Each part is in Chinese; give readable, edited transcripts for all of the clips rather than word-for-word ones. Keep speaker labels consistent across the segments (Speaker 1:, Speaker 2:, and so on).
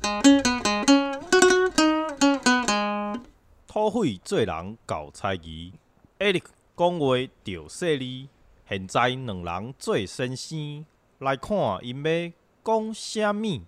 Speaker 1: 土匪做人搞猜疑 ，Eric 讲话着犀利。现在两人做先生，来看因要讲啥物。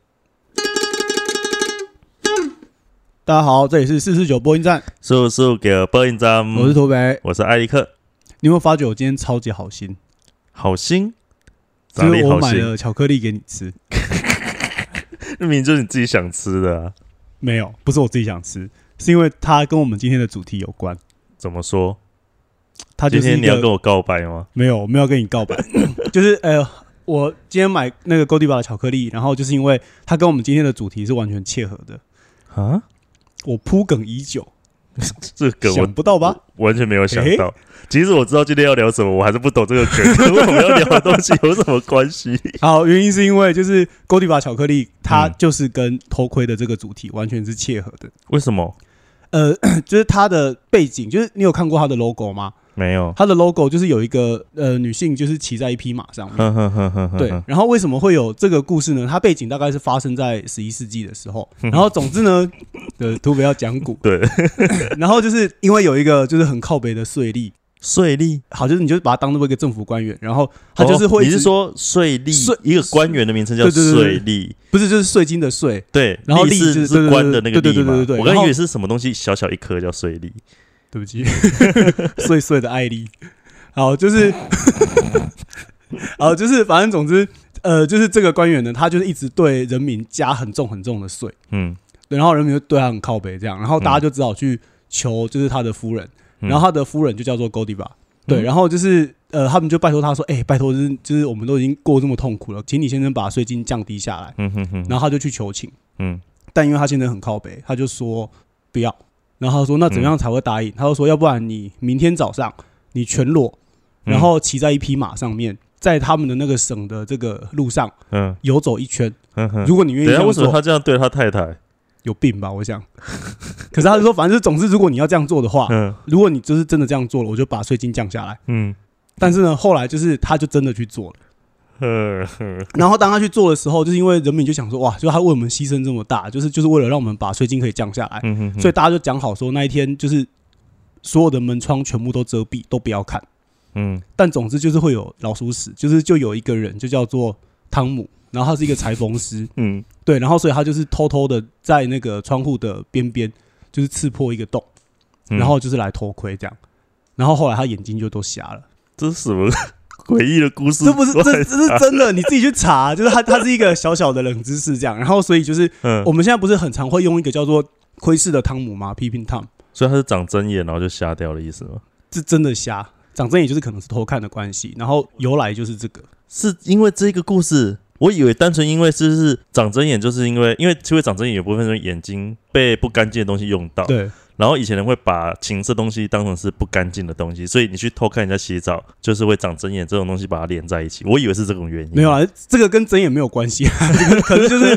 Speaker 2: 大家好，这里是449播音站，
Speaker 3: 速速给播音站，
Speaker 2: 我是土北，
Speaker 3: 我是艾利克。
Speaker 2: 你有没有发觉我今天超级好心？
Speaker 3: 好心？
Speaker 2: 就是我买了巧克力给你吃。
Speaker 3: 那明明就是你自己想吃的啊。
Speaker 2: 没有，不是我自己想吃，是因为它跟我们今天的主题有关。
Speaker 3: 怎么说？
Speaker 2: 它就是
Speaker 3: 今天你要跟我告白吗？
Speaker 2: 没有，我没有跟你告白。就是我今天买那个 Godiva 的巧克力，然后就是因为它跟我们今天的主题是完全切合的
Speaker 3: 啊。
Speaker 2: 我铺梗已久，
Speaker 3: 这个
Speaker 2: 想不到吧？
Speaker 3: 完全没有想到。其实我知道今天要聊什么，我还是不懂这个梗，跟我们要聊的东西有什么关系？
Speaker 2: 好，原因是因为就是 Godiva 巧克力，它就是跟偷窥的这个主题完全是切合的。
Speaker 3: 为什么？
Speaker 2: 就是它的背景，就是你有看过它的 logo 吗？
Speaker 3: 没有。
Speaker 2: 它的 logo 就是有一个女性，就是骑在一匹马上面。对，然后为什么会有这个故事呢？它背景大概是发生在11世纪的时候。然后总之呢，土北要讲古。
Speaker 3: 对。
Speaker 2: 然后就是因为有一个就是很靠北的税吏。
Speaker 3: 税吏，
Speaker 2: 好，就是你就把它当作一个政府官员，然后他就是会、
Speaker 3: 你是说税吏，一个官员的名称叫税吏，
Speaker 2: 不是就是税金的税，
Speaker 3: 对，
Speaker 2: 然后吏
Speaker 3: 是官的那个吏嘛？
Speaker 2: 对，
Speaker 3: 我刚以为是什么东西小小一颗叫税吏，
Speaker 2: 对不起，碎碎的艾丽。好，就是好，就是反正总之，就是这个官员呢，他就是一直对人民加很重很重的税，对，然后人民就对他很靠北这样，然后大家就只好去求就是他的夫人。然后他的夫人就叫做 Godiva， 对，然后就是他们就拜托他说，拜托，就是我们都已经过这么痛苦了，请你先生把税金降低下来。然后他就去求情，但因为他先生很靠北，他就说不要。然后他说那怎么样才会答应？他就说要不然你明天早上你全裸，然后骑在一匹马上面，在他们的那个省的这个路上，游走一圈。如果你愿意这样做，
Speaker 3: 为什么他这样对他太太？
Speaker 2: 有病吧，我想。可是他就说，反正总之，如果你要这样做的话，如果你就是真的这样做了，我就把税金降下来。但是呢，后来就是他就真的去做了。然后当他去做的时候，就是因为人民就想说，哇，就他为我们牺牲这么大，就是为了让我们把税金可以降下来。所以大家就讲好说，那一天就是所有的门窗全部都遮蔽，都不要看。但总之就是会有老鼠屎，就有一个人就叫做汤姆。然后他是一个裁缝师，对，然后所以他就是偷偷的在那个窗户的边边，就是刺破一个洞，然后就是来偷窥这样，然后后来他眼睛就都瞎了。
Speaker 3: 这是什么诡异的故事？
Speaker 2: 这不是这是真的，你自己去查，就是它是一个小小的冷知识这样。然后所以就是我们现在不是很常会用一个叫做窥视的汤姆吗 ？Peeping Tom，
Speaker 3: 所以他是长针眼然后就瞎掉的意思吗？
Speaker 2: 是真的瞎，长针眼就是可能是偷看的关系，然后由来就是这个，
Speaker 3: 是因为这个故事。我以为单纯因为是长针眼，就是因为其实长针眼有部分是眼睛被不干净的东西用到，
Speaker 2: 对。
Speaker 3: 然后以前人会把情色东西当成是不干净的东西，所以你去偷看人家洗澡，就是会长针眼这种东西把它连在一起。我以为是这种原因。
Speaker 2: 没有啦，这个跟针眼没有关系。可是就是，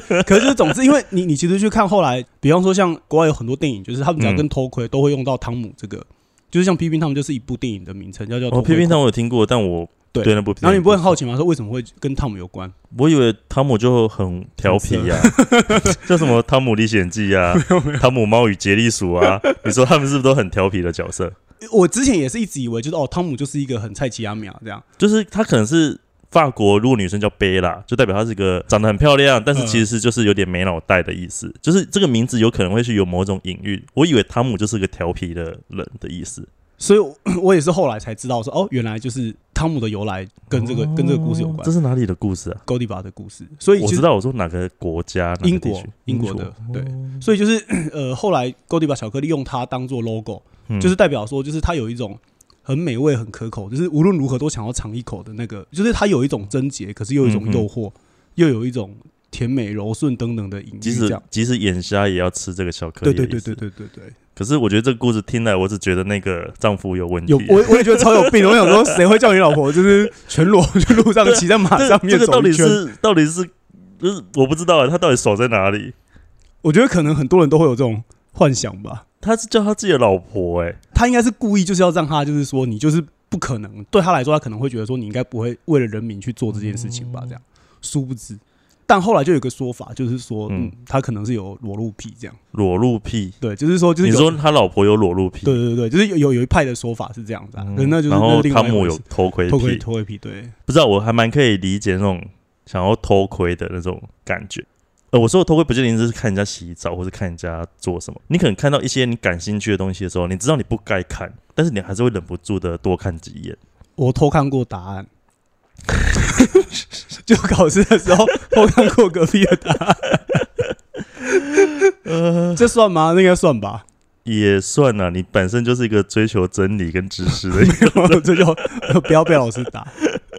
Speaker 2: 总之，因为你其实去看后来，比方说像国外有很多电影，就是他们只要跟偷窥都会用到汤姆这个，就是像 Peeping Tom 就是一部电影的名称，叫偷窥。
Speaker 3: Peeping Tom 我有听过，但我。对那部片，
Speaker 2: 然后你不会很好奇吗？说为什么会跟汤姆有关？
Speaker 3: 我以为汤姆就很调皮啊，叫什么《汤姆历险记》啊，《汤姆猫与杰利鼠》啊，你说他们是不是都很调皮的角色？
Speaker 2: 我之前也是一直以为就是汤姆就是一个很菜奇亚米亚这样，
Speaker 3: 就是他可能是法国，如果女生叫贝拉，就代表她是一个长得很漂亮，但是其实是就是有点没脑袋的意思，就是这个名字有可能会是有某种隐喻。我以为汤姆就是个调皮的人的意思。
Speaker 2: 所以我也是后来才知道说，原来就是汤姆的由来跟这个故事有关。
Speaker 3: 这是哪里的故事啊
Speaker 2: ？Godiva的故事。所以
Speaker 3: 我知道，我说哪个国家？
Speaker 2: 英国的，对。所以就是后来 Godiva 巧克力用它当做 logo，就是代表说，就是它有一种很美味、很可口，就是无论如何都想要尝一口的那个，就是它有一种贞洁，可是又有一种诱惑，又有一种甜美、柔顺等等的隐喻。
Speaker 3: 即使眼瞎也要吃这个巧克力。
Speaker 2: 对。
Speaker 3: 可是我觉得这个故事听来，我只觉得那个丈夫有问题。
Speaker 2: 我也觉得超有病。我想说，谁会叫你老婆就是全裸去路上骑在马上面走一圈？
Speaker 3: 这个到底是，就是我不知道他到底爽在哪里。
Speaker 2: 我觉得可能很多人都会有这种幻想吧。
Speaker 3: 他是叫他自己的老婆
Speaker 2: 他应该是故意就是要让他就是说你就是不可能，对他来说他可能会觉得说你应该不会为了人民去做这件事情吧，这样。殊不知。 但后来就有一个说法，就是说，他可能是有裸露癖这样。
Speaker 3: 裸露癖，
Speaker 2: 对，就是说，就是
Speaker 3: 你说他老婆有裸露癖，
Speaker 2: 对对对，就是有一派的说法是这样子啊，可是那就是
Speaker 3: 然后汤姆有
Speaker 2: 偷
Speaker 3: 窥
Speaker 2: 癖，对，
Speaker 3: 不知道，我还蛮可以理解那种想要偷窥的那种感觉。我说的偷窥不见得是看人家洗澡，或是看人家做什么。你可能看到一些你感兴趣的东西的时候，你知道你不该看，但是你还是会忍不住的多看几眼。
Speaker 2: 我偷看过答案，就考试的时候偷看过隔壁的答案。这算吗？那应该算吧。
Speaker 3: 也算啊，你本身就是一个追求真理跟知识的一个人，
Speaker 2: 这就不要被老师打。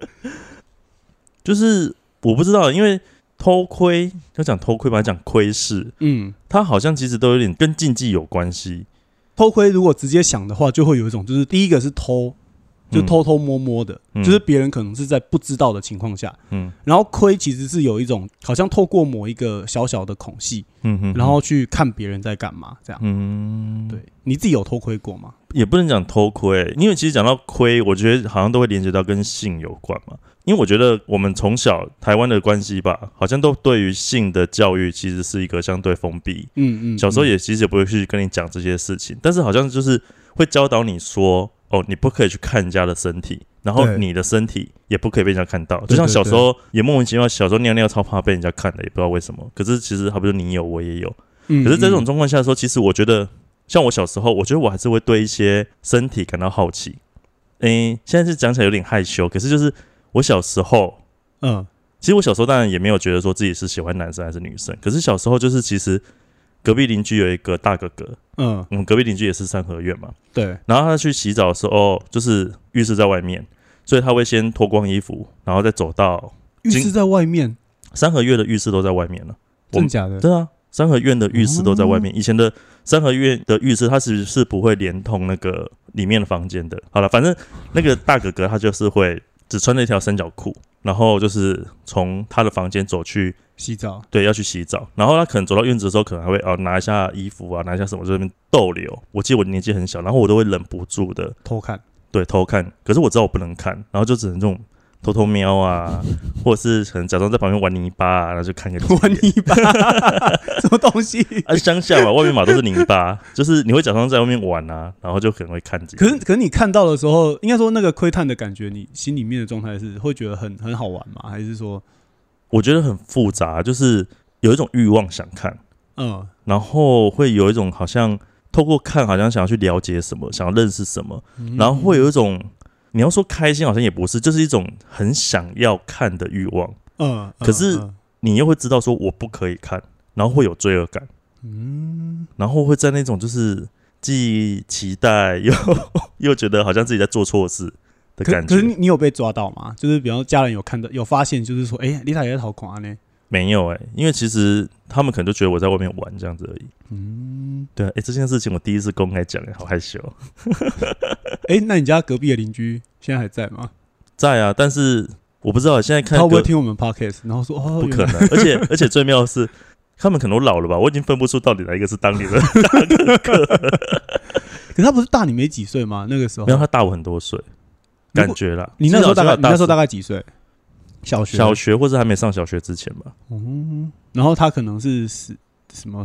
Speaker 3: 就是我不知道，因为偷窥要讲偷窥吧，讲窥视，它好像其实都有点跟禁忌有关系。
Speaker 2: 偷窥如果直接想的话，就会有一种就是第一个是偷，就偷偷摸摸的，就是别人可能是在不知道的情况下，然后窥其实是有一种好像透过某一个小小的孔隙，然后去看别人在干嘛，这样，对，你自己有偷窥过吗？
Speaker 3: 也不能讲偷窥，因为其实讲到窥，我觉得好像都会连接到跟性有关嘛。因为我觉得我们从小台湾的关系吧，好像都对于性的教育其实是一个相对封闭。小时候也其实也不会去跟你讲这些事情，但是好像就是会教导你说，哦，你不可以去看人家的身体，然后你的身体也不可以被人家看到。就像小时候也莫名其妙，小时候尿尿超怕被人家看的，也不知道为什么。可是其实好比说你有，我也有。可是在这种状况下的时候，其实我觉得，像我小时候，我觉得我还是会对一些身体感到好奇。现在是讲起来有点害羞，可是就是我小时候，其实我小时候当然也没有觉得说自己是喜欢男生还是女生，可是小时候就是其实隔壁邻居有一个大哥哥，我们隔壁邻居也是三合院嘛，
Speaker 2: 对，
Speaker 3: 然后他去洗澡的时候，就是浴室在外面，所以他会先脱光衣服，然后再走到
Speaker 2: 浴室在外面，
Speaker 3: 三合院的浴室都在外面了，
Speaker 2: 真的假的？
Speaker 3: 对啊，三合院的浴室都在外面，以前的三合院的浴室它其实是不会连通那个里面的房间的。好了，反正那个大哥哥他就是会只穿了一条三角裤，然后就是从他的房间走去
Speaker 2: 洗澡，
Speaker 3: 对，要去洗澡。然后他可能走到院子的时候，可能还会拿一下衣服啊，拿一下什么，在那边逗留。我记得我年纪很小，然后我都会忍不住的
Speaker 2: 偷看，
Speaker 3: 对，偷看。可是我知道我不能看，然后就只能这种偷偷瞄啊，或者是可能假装在旁边玩泥巴啊，然后就看个
Speaker 2: 玩泥巴，什么东西？
Speaker 3: 乡下嘛，外面嘛都是泥巴，就是你会假装在外面玩啊，然后就可能会看几。
Speaker 2: 可是你看到的时候，应该说那个窥探的感觉，你心里面的状态是会觉得很好玩吗？还是说？
Speaker 3: 我觉得很复杂，就是有一种欲望想看，然后会有一种好像透过看，好像想要去了解什么，想要认识什么，然后会有一种你要说开心，好像也不是，就是一种很想要看的欲望。可是你又会知道说我不可以看，然后会有罪恶感，然后会在那种就是既期待又觉得好像自己在做错事的感觉。
Speaker 2: 可是你有被抓到吗？就是比方家人有看到有发现，就是说，你哪也在逃狂呢？没
Speaker 3: 有因为其实他们可能就觉得我在外面玩这样子而已。对啊，这件事情我第一次公开讲，好害羞。
Speaker 2: 那你家隔壁的邻居现在还在吗？
Speaker 3: 在啊，但是我不知道现在看
Speaker 2: 他会不会听我们 podcast， 然后说
Speaker 3: 不可能，而且最妙的是，他们可能都老了吧，我已经分不出到底哪一个是当年的大哥哥。
Speaker 2: 可是他不是大你没几岁吗？那个时候
Speaker 3: 没有，他大我很多岁，感觉啦。
Speaker 2: 你那时候大概几岁？小
Speaker 3: 学或者还没上小学之前吧。
Speaker 2: 然后他可能是什么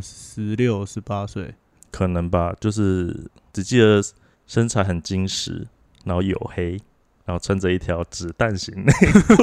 Speaker 2: 16、18岁，
Speaker 3: 可能吧，就是只记得身材很精实，然后黝黑，然后穿着一条子弹型内裤。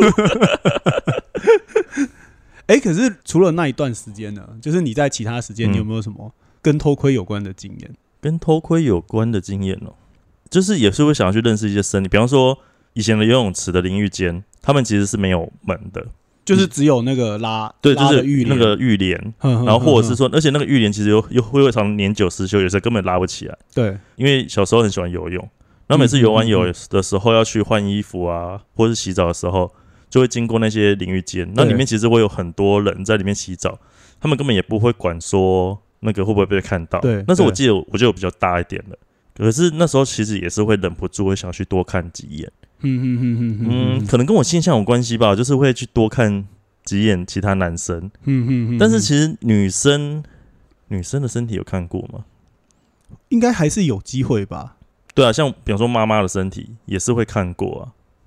Speaker 2: 可是除了那一段时间呢，就是你在其他时间，你有没有什么跟偷窥有关的经验？
Speaker 3: 跟偷窥有关的经验就是也是会想要去认识一些身体，比方说以前的游泳池的淋浴间，他们其实是没有门的，
Speaker 2: 就是只有那个
Speaker 3: 对，就是
Speaker 2: 那
Speaker 3: 个浴帘，然后或者是说，而且那个浴帘其实又会常年久失修，有时候根本拉不起来。
Speaker 2: 对，因
Speaker 3: 为小时候很喜欢游泳，然后每次游完泳的时候要去换衣服啊，或是洗澡的时候，就会经过那些淋浴间，那里面其实会有很多人在里面洗澡，他们根本也不会管说那个会不会被看到。
Speaker 2: 对，
Speaker 3: 那时候我记得我就有比较大一点了，可是那时候其实也是会忍不住会想去多看几眼。可能跟我性向有关系吧，就是会去多看几眼其他男生。但是其实女生的身体有看过吗？
Speaker 2: 应该还是有机会吧。
Speaker 3: 对啊，像比方说妈妈的身体也是会看过啊。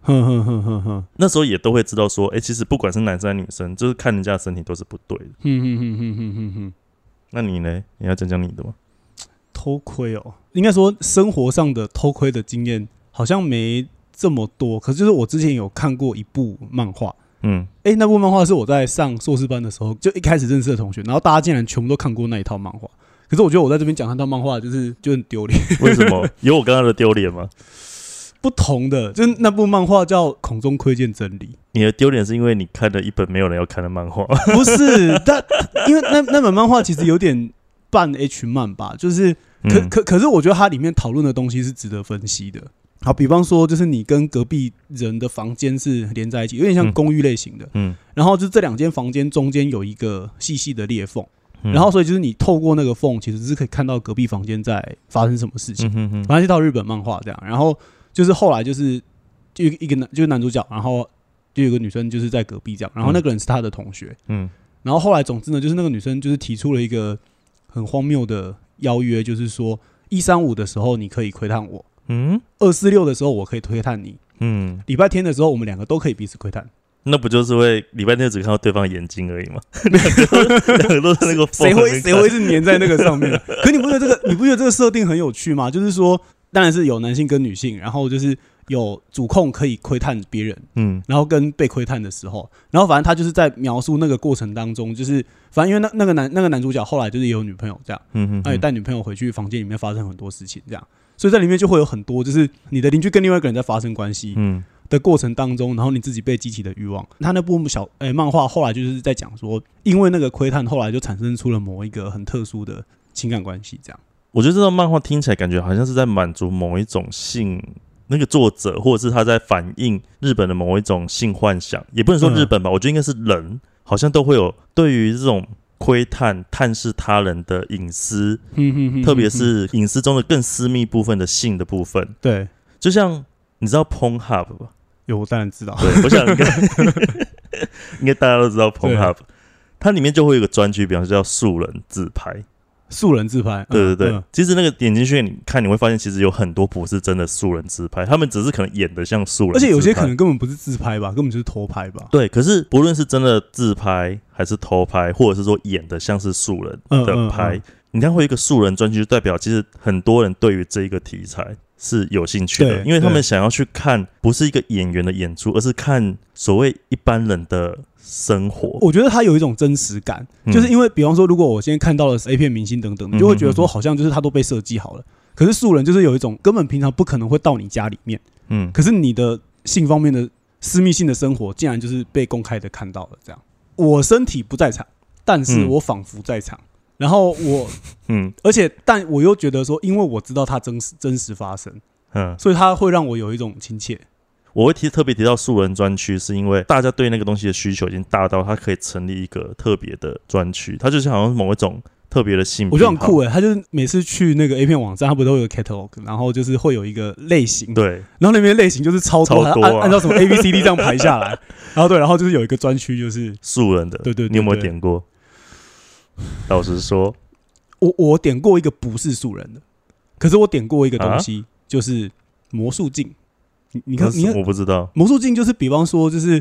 Speaker 2: 哼哼哼哼哼，
Speaker 3: 那时候也都会知道说，其实不管是男生还是女生，就是看人家的身体都是不对的。
Speaker 2: 哼哼哼哼哼哼哼。
Speaker 3: 那你呢？你要讲讲你的吗？
Speaker 2: 偷窥哦，应该说生活上的偷窥的经验好像没这么多，可是就是我之前有看过一部漫画。那部漫画是我在上硕士班的时候就一开始认识的同学，然后大家竟然全部都看过那一套漫画。可是我觉得我在这边讲那套漫画就很丢脸。
Speaker 3: 为什么？有我刚刚的丢脸吗？
Speaker 2: 不同的，就是那部漫画叫《孔中窥见真理》。
Speaker 3: 你的丢脸是因为你看了一本没有人要看的漫画？
Speaker 2: 不是，但因为那本漫画其实有点半 H 漫吧，就是可是我觉得它里面讨论的东西是值得分析的。好，比方说就是你跟隔壁人的房间是连在一起，有点像公寓类型的。然后就这2间房间中间有一个细细的裂缝。然后，所以就是你透过那个缝，其实是可以看到隔壁房间在发生什么事情。反正是一套日本漫画这样。然后就是后来就是一个就是男主角，然后就有个女生就是在隔壁这样。然后那个人是他的同学。然后后来总之呢，就是那个女生就是提出了一个很荒谬的邀约，就是说135的时候你可以窥探我，246的时候我可以窥探你，礼拜天的时候我们2个都可以彼此窥探。
Speaker 3: 那不就是会礼拜天只看到对方的眼睛而已吗？两个都是那个缝，
Speaker 2: 谁会是粘在那个上面？可你不觉得这个设定很有趣吗？就是说，当然是有男性跟女性，然后就是有主控可以窥探别人，然后跟被窥探的时候，然后反正他就是在描述那个过程当中，就是反正因为那个男主角后来就是也有女朋友这样，他也带女朋友回去房间里面发生很多事情这样，所以在里面就会有很多就是你的邻居跟另外一个人在发生关系，的过程当中，然后你自己被激起的欲望。他那部漫画后来就是在讲说，因为那个窥探，后来就产生出了某一个很特殊的情感关系。这样，
Speaker 3: 我觉得这套漫画听起来感觉好像是在满足某一种性，那个作者或者是他在反映日本的某一种性幻想，也不能说日本吧，我觉得应该是人，好像都会有对于这种窥探、探视他人的隐私，特别是隐私中的更私密部分的性的部分。
Speaker 2: 对，
Speaker 3: 就像你知道 Pornhub 吧？
Speaker 2: 有，我当然知道。
Speaker 3: 对，我想应该大家都知道 Pornhub， 它里面就会有一个专区，比方说叫素人自拍。
Speaker 2: 素人自拍，
Speaker 3: 对对对。其实那个点进去你看，你会发现其实有很多不是真的素人自拍，他们只是可能演的像素人自拍，
Speaker 2: 而且有些可能根本不是自拍吧，根本就是偷拍吧。
Speaker 3: 对，可是不论是真的自拍还是偷拍，或者是说演的像是素人的拍，你看会有一个素人专区，就代表其实很多人对于这一个题材是有兴趣的，因为他们想要去看不是一个演员的演出，而是看所谓一般人的生活。
Speaker 2: 我觉得他有一种真实感，就是因为比方说，如果我今天看到了 A 片明星等等，你就会觉得说好像就是他都被设计好了。可是素人就是有一种根本平常不可能会到你家里面，可是你的性方面的私密性的生活竟然就是被公开的看到了。这样，我身体不在场，但是我仿佛在场。然后我，但我又觉得说，因为我知道它真实发生，所以它会让我有一种亲切。
Speaker 3: 我会特别提到素人专区，是因为大家对那个东西的需求已经大到它可以成立一个特别的专区，它就是好像某一种特别的性癖好。
Speaker 2: 我觉得很酷他就是每次去那个 A 片网站，它不都有 catalog， 然后就是会有一个类型，
Speaker 3: 对，
Speaker 2: 然后那边类型就是超多，按照什么 ABCD 这样排下来，然后就是有一个专区就是
Speaker 3: 素人的，对，你有没有点过？老实说，
Speaker 2: 我点过一个不是素人的，可是我点过一个东西，就是魔术镜。你看，
Speaker 3: 我不知道
Speaker 2: 魔术镜就是，比方说，就是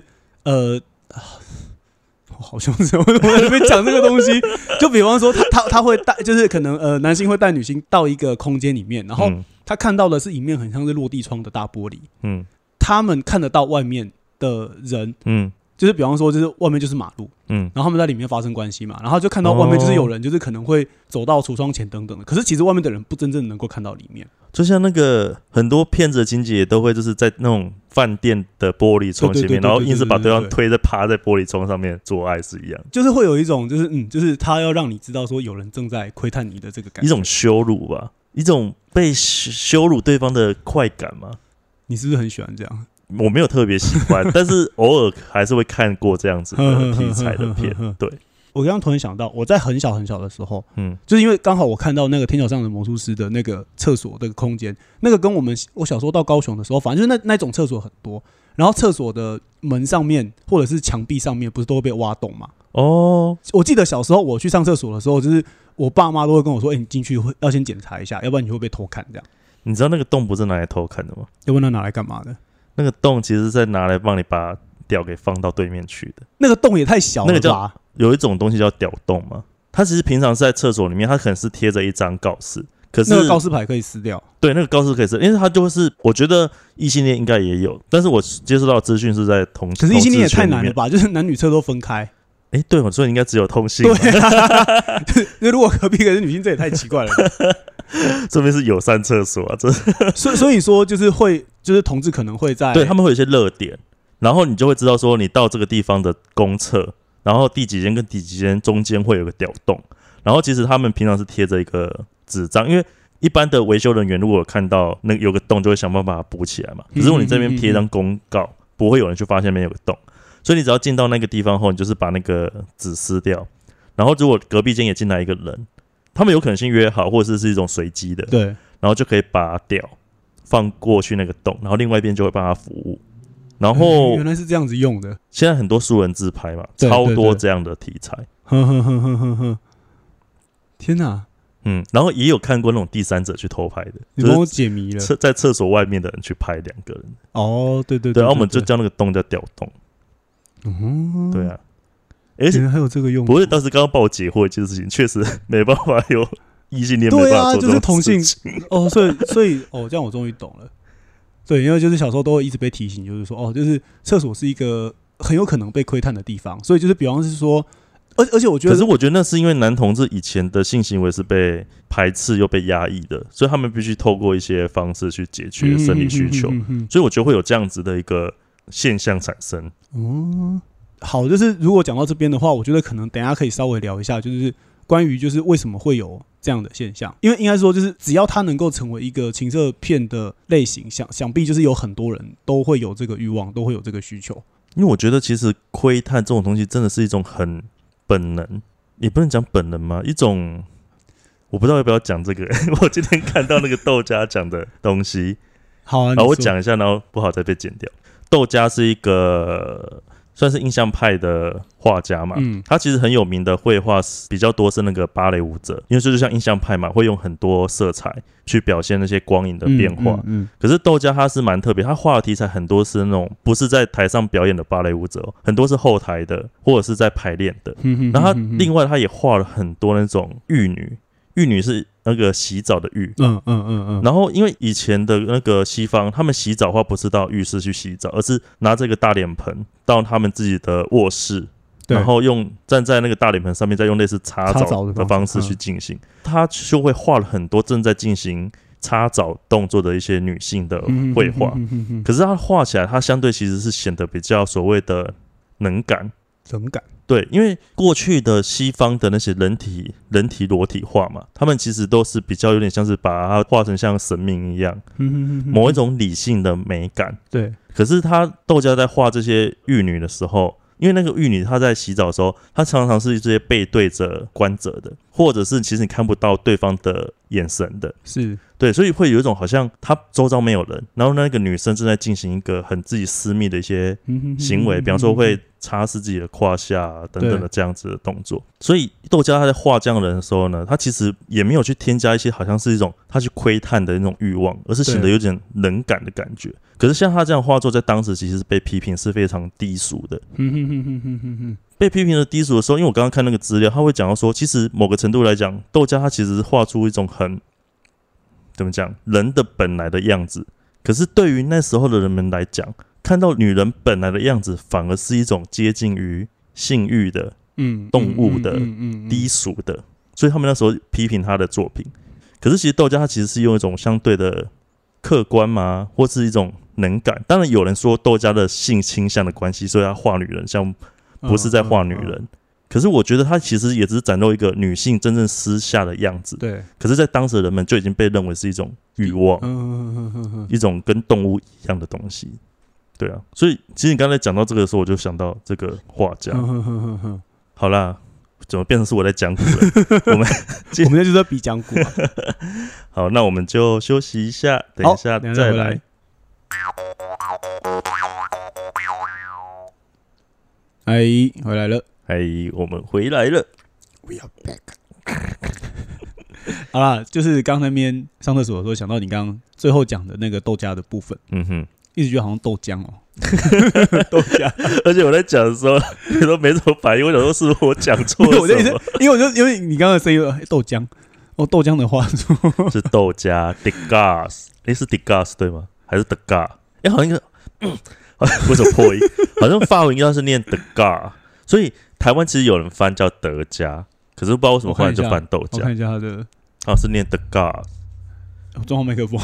Speaker 2: 好凶神，我在那边讲这个东西，就比方说他会带，就是可能男性会带女性到一个空间里面，然后他看到的是一面很像是落地窗的大玻璃，他们看得到外面的人，就是比方说，就是外面就是马路，然后他们在里面发生关系嘛，然后就看到外面就是有人，就是可能会走到橱窗前等等的，可是其实外面的人不真正能够看到里面。
Speaker 3: 就像那个很多骗子的情节也都会就是在那种饭店的玻璃窗前面，然后硬是把对方推在趴在玻璃窗上面做爱是一样，
Speaker 2: 就是会有一种就是他要让你知道说有人正在窥探你的这个感觉，
Speaker 3: 一种羞辱吧，一种被羞辱对方的快感吗？
Speaker 2: 你是不是很喜欢这样？
Speaker 3: 我没有特别喜欢，但是偶尔还是会看过这样子的题材的片。对，
Speaker 2: 我刚刚突然想到，我在很小很小的时候，就是因为刚好我看到那个天桥上的魔术师的那个厕所的空间，那个跟我小时候到高雄的时候，反正就是那种厕所很多，然后厕所的门上面或者是墙壁上面不是都会被挖洞吗？我记得小时候我去上厕所的时候，就是我爸妈都会跟我说：“你进去要先检查一下，要不然你会被偷看。”这样。
Speaker 3: 你知道那个洞不是拿来偷看的吗？
Speaker 2: 要不然拿来干嘛的？
Speaker 3: 那个洞其实是在拿来帮你把屌给放到对面去的。
Speaker 2: 那个洞也太小了吧？
Speaker 3: 那个叫有一种东西叫屌洞嘛，它其实平常是在厕所里面，它可能是贴着一张告示，可是
Speaker 2: 那个告示牌可以撕掉。
Speaker 3: 对，那个告示可以撕，因为它就是我觉得异性恋应该也有，但是我接收到的资讯是在同，
Speaker 2: 可是异性恋也太难了吧？就是男女厕都分开。
Speaker 3: 对，我说应该只有同性。
Speaker 2: 对啊，就如果隔壁一个是女性，这也太奇怪了吧。
Speaker 3: 这边是友善厕所啊，这
Speaker 2: 所以说就是就是同志可能会在
Speaker 3: 对他们会有一些热点，然后你就会知道说你到这个地方的公厕，然后第几间跟第几间中间会有个屌洞，然后其实他们平常是贴着一个纸张，因为一般的维修人员如果看到那有个洞，就会想办法把它补起来嘛。可是如果你这边贴一张公告，不会有人去发现那边有个洞，所以你只要进到那个地方后，你就是把那个纸撕掉，然后如果隔壁间也进来一个人，他们有可能先约好，或者是一种随机的，
Speaker 2: 对，
Speaker 3: 然后就可以把屌放过去那个洞，然后另外一边就会帮他服务。然后
Speaker 2: 原来是这样子用的。
Speaker 3: 现在很多素人自拍嘛，超多这样的题材。
Speaker 2: 天哪！
Speaker 3: 然后也有看过那种第三者去偷拍的，
Speaker 2: 你帮我解谜了。
Speaker 3: 在厕所外面的人去拍2个人。
Speaker 2: 哦，对，
Speaker 3: 然后我们就叫那个洞叫屌洞。对啊，而且
Speaker 2: 还有这个用途。
Speaker 3: 不是当时刚刚帮我解惑一件事情，确实没办法有异性恋没办法做这种事情。对啊，就是同性
Speaker 2: 哦，所以这样我终于懂了。对，因为就是小时候都会一直被提醒，就是说就是厕所是一个很有可能被窥探的地方，所以就是比方是说，而且我觉得，
Speaker 3: 可是我觉得那是因为男同志以前的性行为是被排斥又被压抑的，所以他们必须透过一些方式去解决生理需求，所以我觉得会有这样子的一个现象产生。
Speaker 2: 好，就是如果讲到这边的话，我觉得可能等一下可以稍微聊一下，就是关于就是为什么会有这样的现象，因为应该说就是只要它能够成为一个情色片的类型，想必就是有很多人都会有这个欲望，都会有这个需求。
Speaker 3: 因为我觉得其实窥探这种东西真的是一种很本能，也不能讲本能嘛，一种我不知道要不要讲这个。我今天看到那个豆家讲的东西，
Speaker 2: 好啊，
Speaker 3: 然后我讲一下，然后不好再被剪掉。豆家是一个算是印象派的画家嘛，他其实很有名的绘画比较多是那个芭蕾舞者，因为这就像印象派嘛，会用很多色彩去表现那些光影的变化。可是豆家他是蛮特别，他画的题材很多是那种不是在台上表演的芭蕾舞者，很多是后台的或者是在排练的。然后他另外他也画了很多那种玉女，玉女是那个洗澡的浴。然后因为以前的那个西方，他们洗澡的话不是到浴室去洗澡，而是拿这个大脸盆到他们自己的卧室，然后站在那个大脸盆上面，再用类似擦澡的方式去进行。他就会画了很多正在进行擦澡动作的一些女性的绘画，可是他画起来，他相对其实是显得比较所谓的能感。对，因为过去的西方的那些人体裸体画嘛，他们其实都是比较有点像是把它画成像神明一样，某一种理性的美感。
Speaker 2: 对，
Speaker 3: 可是他豆家在画这些玉女的时候，因为那个玉女她在洗澡的时候，她常常是这些背对着观者的，或者是其实你看不到对方的眼神的，
Speaker 2: 是
Speaker 3: 对，所以会有一种好像她周遭没有人，然后那个女生正在进行一个很自己私密的一些行为，比方说会擦拭自己的胯下等等的这样子的动作。所以豆家他在画这样的人的时候呢，他其实也没有去添加一些好像是一种他去窥探的那种欲望，而是显得有点冷感的感觉。可是像他这样画作在当时其实是被批评是非常低俗的。被批评的低俗的时候，因为我刚刚看那个资料，他会讲到说，其实某个程度来讲，豆家他其实是画出一种很怎么讲人的本来的样子。可是对于那时候的人们来讲，看到女人本来的样子，反而是一种接近于性欲的、动物的、低俗的，所以他们那时候批评他的作品。可是其实豆家他其实是用一种相对的客观嘛，或是一种能感。当然有人说豆家的性倾向的关系，所以他画女人像不是在画女人。可是我觉得他其实也只是展露一个女性真正私下的样子。
Speaker 2: 对。
Speaker 3: 可是，在当时的人们就已经被认为是一种欲望，一种跟动物一样的东西。对啊，所以其实你刚才讲到这个的时候，我就想到这个画家。好啦，怎么变成是我在讲古了？我们
Speaker 2: 就是在比讲古啊。
Speaker 3: 好，那我们就休息一下，等一下再来。
Speaker 2: 哎，回来了。
Speaker 3: 哎，我们回来了。
Speaker 2: We are back 。好啦，就是刚才那边上厕所的时候，想到你刚刚最后讲的那个豆家的部分。 一直觉得好像豆浆哦，豆浆。
Speaker 3: 而且我在讲的时候，你都没什么反应，我想说是不是我讲错了什么？
Speaker 2: 因为你刚刚的声音豆浆哦，豆浆的话术
Speaker 3: 是豆加 degas， 是 degas 对吗？还是 dega？ 好像为什么破音？好像法文应该是念 dega， 所以台湾其实有人翻叫德加，可是不知道为什么后来就翻豆浆。
Speaker 2: 我看一下他的，
Speaker 3: 是念 dega。
Speaker 2: 我装好麦克风，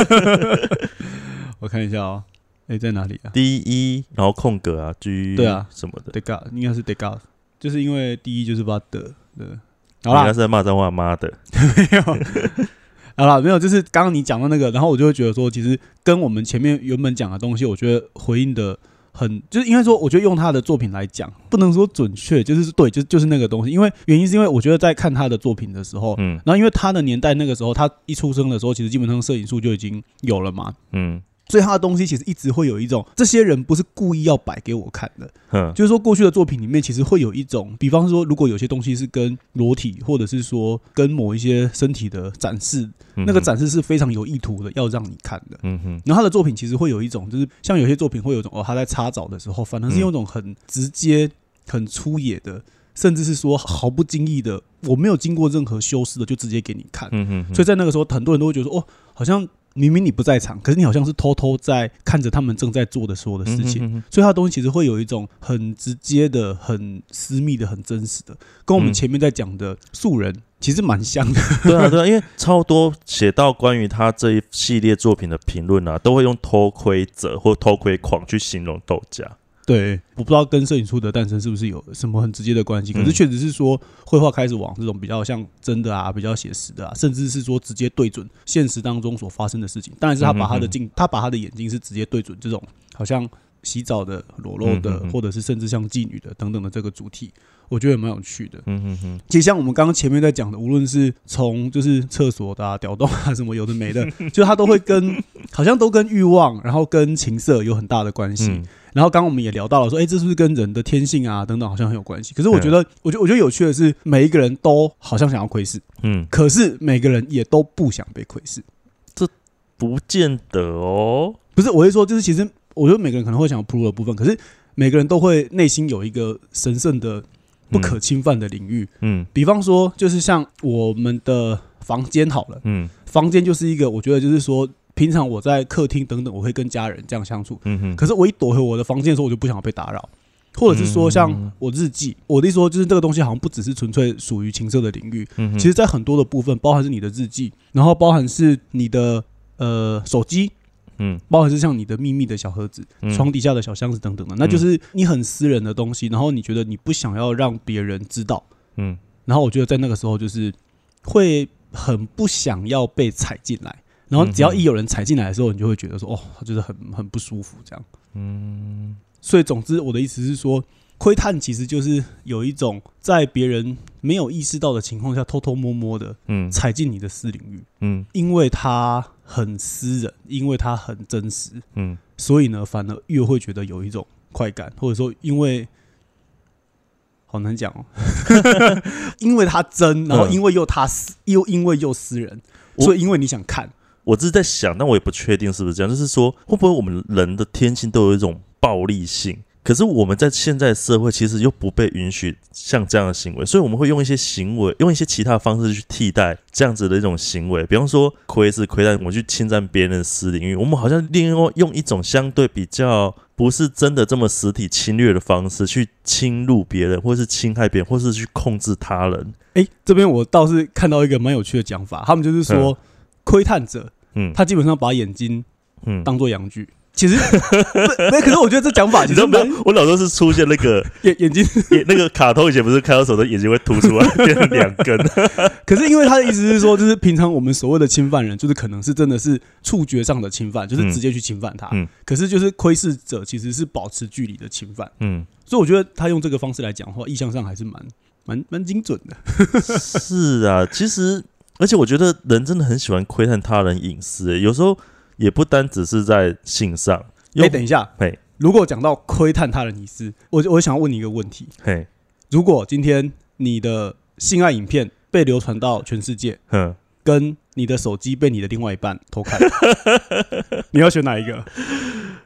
Speaker 2: 我看一下哦。在哪里啊？
Speaker 3: D1， 然后空格啊 G
Speaker 2: 对啊
Speaker 3: 什么的
Speaker 2: ，dega 应该是 dega， 就是因为第一就是把的。好啦，
Speaker 3: 应该是在骂脏话，妈的，
Speaker 2: 没有。好啦，没有，就是刚刚你讲到那个，然后我就会觉得说，其实跟我们前面原本讲的东西，我觉得回应的就是应该说，我觉得用他的作品来讲，不能说准确，就是对，就是那个东西。因为原因是因为我觉得在看他的作品的时候，然后因为他的年代那个时候，他一出生的时候，其实基本上摄影术就已经有了嘛，所以他的东西其实一直会有一种，这些人不是故意要摆给我看的，就是说过去的作品里面其实会有一种，比方说如果有些东西是跟裸体，或者是说跟某一些身体的展示，那个展示是非常有意图的，要让你看的。然后他的作品其实会有一种，就是像有些作品会有一种他在擦澡的时候，反而是用一种很直接、很粗野的，甚至是说毫不经意的，我没有经过任何修饰的就直接给你看。所以在那个时候，很多人都会觉得说，好像明明你不在场，可是你好像是偷偷在看着他们正在做的所有的事情，所以他的东西其实会有一种很直接的、很私密的、很真实的，跟我们前面在讲的素人其实蛮像的。
Speaker 3: 对啊，因为超多写到关于他这一系列作品的评论啊，都会用偷窥者或偷窥狂去形容豆荚。
Speaker 2: 对，我不知道跟摄影术的诞生是不是有什么很直接的关系，可是确实是说绘画开始往这种比较像真的啊，比较写实的啊，甚至是说直接对准现实当中所发生的事情。当然是他把他的眼睛是直接对准这种好像洗澡的、裸露的，或者是甚至像妓女的等等的这个主题，我觉得也蛮有趣的。其实像我们刚刚前面在讲的，无论是从就是厕所的屌洞啊什么有的没的，就他都会好像都跟欲望，然后跟情色有很大的关系。然后刚刚我们也聊到了说，这是不是跟人的天性啊等等好像很有关系？可是我觉得有趣的是，每一个人都好像想要窥视，可是每个人也都不想被窥视。
Speaker 3: 这不见得哦。
Speaker 2: 不是，我会说，就是其实我觉得每个人可能会想要铺路的部分，可是每个人都会内心有一个神圣的、不可侵犯的领域。比方说，就是像我们的房间好了，房间就是一个，我觉得就是说。平常我在客厅等等，我会跟家人这样相处。可是我一躲回我的房间的时候，我就不想被打扰，或者是说像我日记，我的意思说就是这个东西好像不只是纯粹属于情色的领域，其实在很多的部分，包含是你的日记，然后包含是你的手机，包含是像你的秘密的小盒子、床底下的小箱子等等的，那就是你很私人的东西，然后你觉得你不想要让别人知道，然后我觉得在那个时候就是会很不想要被踩进来。然后只要一有人踩进来的时候，你就会觉得说，就是很不舒服这样。所以总之我的意思是说，窥探其实就是有一种在别人没有意识到的情况下，偷偷摸摸的踩进你的私领域。因为它很私人，因为它很真实。所以呢，反而越会觉得有一种快感，或者说因为好难讲哦，因为它真，然后因为又因为又私人，所以因为你想看。
Speaker 3: 我只是在想，但我也不确定是不是这样。就是说，会不会我们人的天性都有一种暴力性？可是我们在现在社会其实又不被允许像这样的行为，所以我们会用一些行为，用一些其他的方式去替代这样子的一种行为。比方说，窥探，我去侵占别人的私领域，我们好像另外用一种相对比较不是真的这么实体侵略的方式去侵入别人，或是侵害别人，或是去控制他人。
Speaker 2: 这边我倒是看到一个蛮有趣的讲法，他们就是说。窥探者，他基本上把眼睛当做阳具。其实，可是我觉得这讲法其实
Speaker 3: 我脑中是出现那个
Speaker 2: 眼睛
Speaker 3: 那个卡通以前不是看到手的眼睛会凸出来变成两根。
Speaker 2: 可是因为他的意思是说，就是平常我们所谓的侵犯人，就是可能是真的是触觉上的侵犯，就是直接去侵犯他。可是就是窥视者其实是保持距离的侵犯。所以我觉得他用这个方式来讲的话，意象上还是蛮精准的。
Speaker 3: 是啊，其实。而且我觉得人真的很喜欢窥探他人隐私，有时候也不单只是在性上。
Speaker 2: 等一下，如果讲到窥探他人隐私，我想要问你一个问题：如果今天你的性爱影片被流传到全世界，跟你的手机被你的另外一半偷看，你要选哪一个？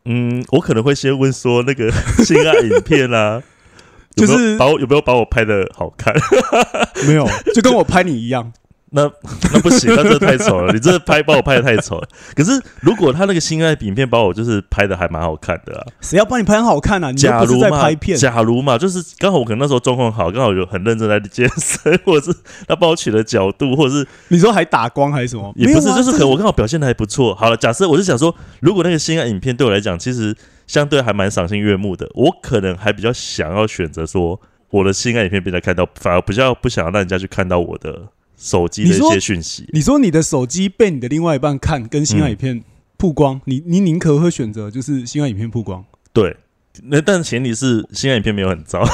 Speaker 3: 我可能会先问说那个性爱影片啊，
Speaker 2: 就是
Speaker 3: 有没有把我拍的好看？
Speaker 2: 没有，就跟我拍你一样。
Speaker 3: 那不行，那真的太丑了。你这把我拍的太丑了。可是如果他那个性爱影片把我就是拍的还蛮好看的啊，
Speaker 2: 谁要帮你拍很好看啊？你又不是在拍片。
Speaker 3: 假如嘛，就是刚好我可能那时候状况好，刚好有很认真在健身，或者是他帮我取的角度，或者是
Speaker 2: 你说还打光还是什么？
Speaker 3: 也不是，就是可能我刚好表现的还不错。好了，假设我是想说，如果那个性爱影片对我来讲，其实相对还蛮赏心悦目的，我可能还比较想要选择说我的性爱影片被人家看到，反而比较不想要让人家去看到我的手机的一些讯息。
Speaker 2: 你说你的手机被你的另外一半看，跟性爱影片曝光，你宁可会选择就是性爱影片曝光？
Speaker 3: 对，但前提是性爱影片没有很糟。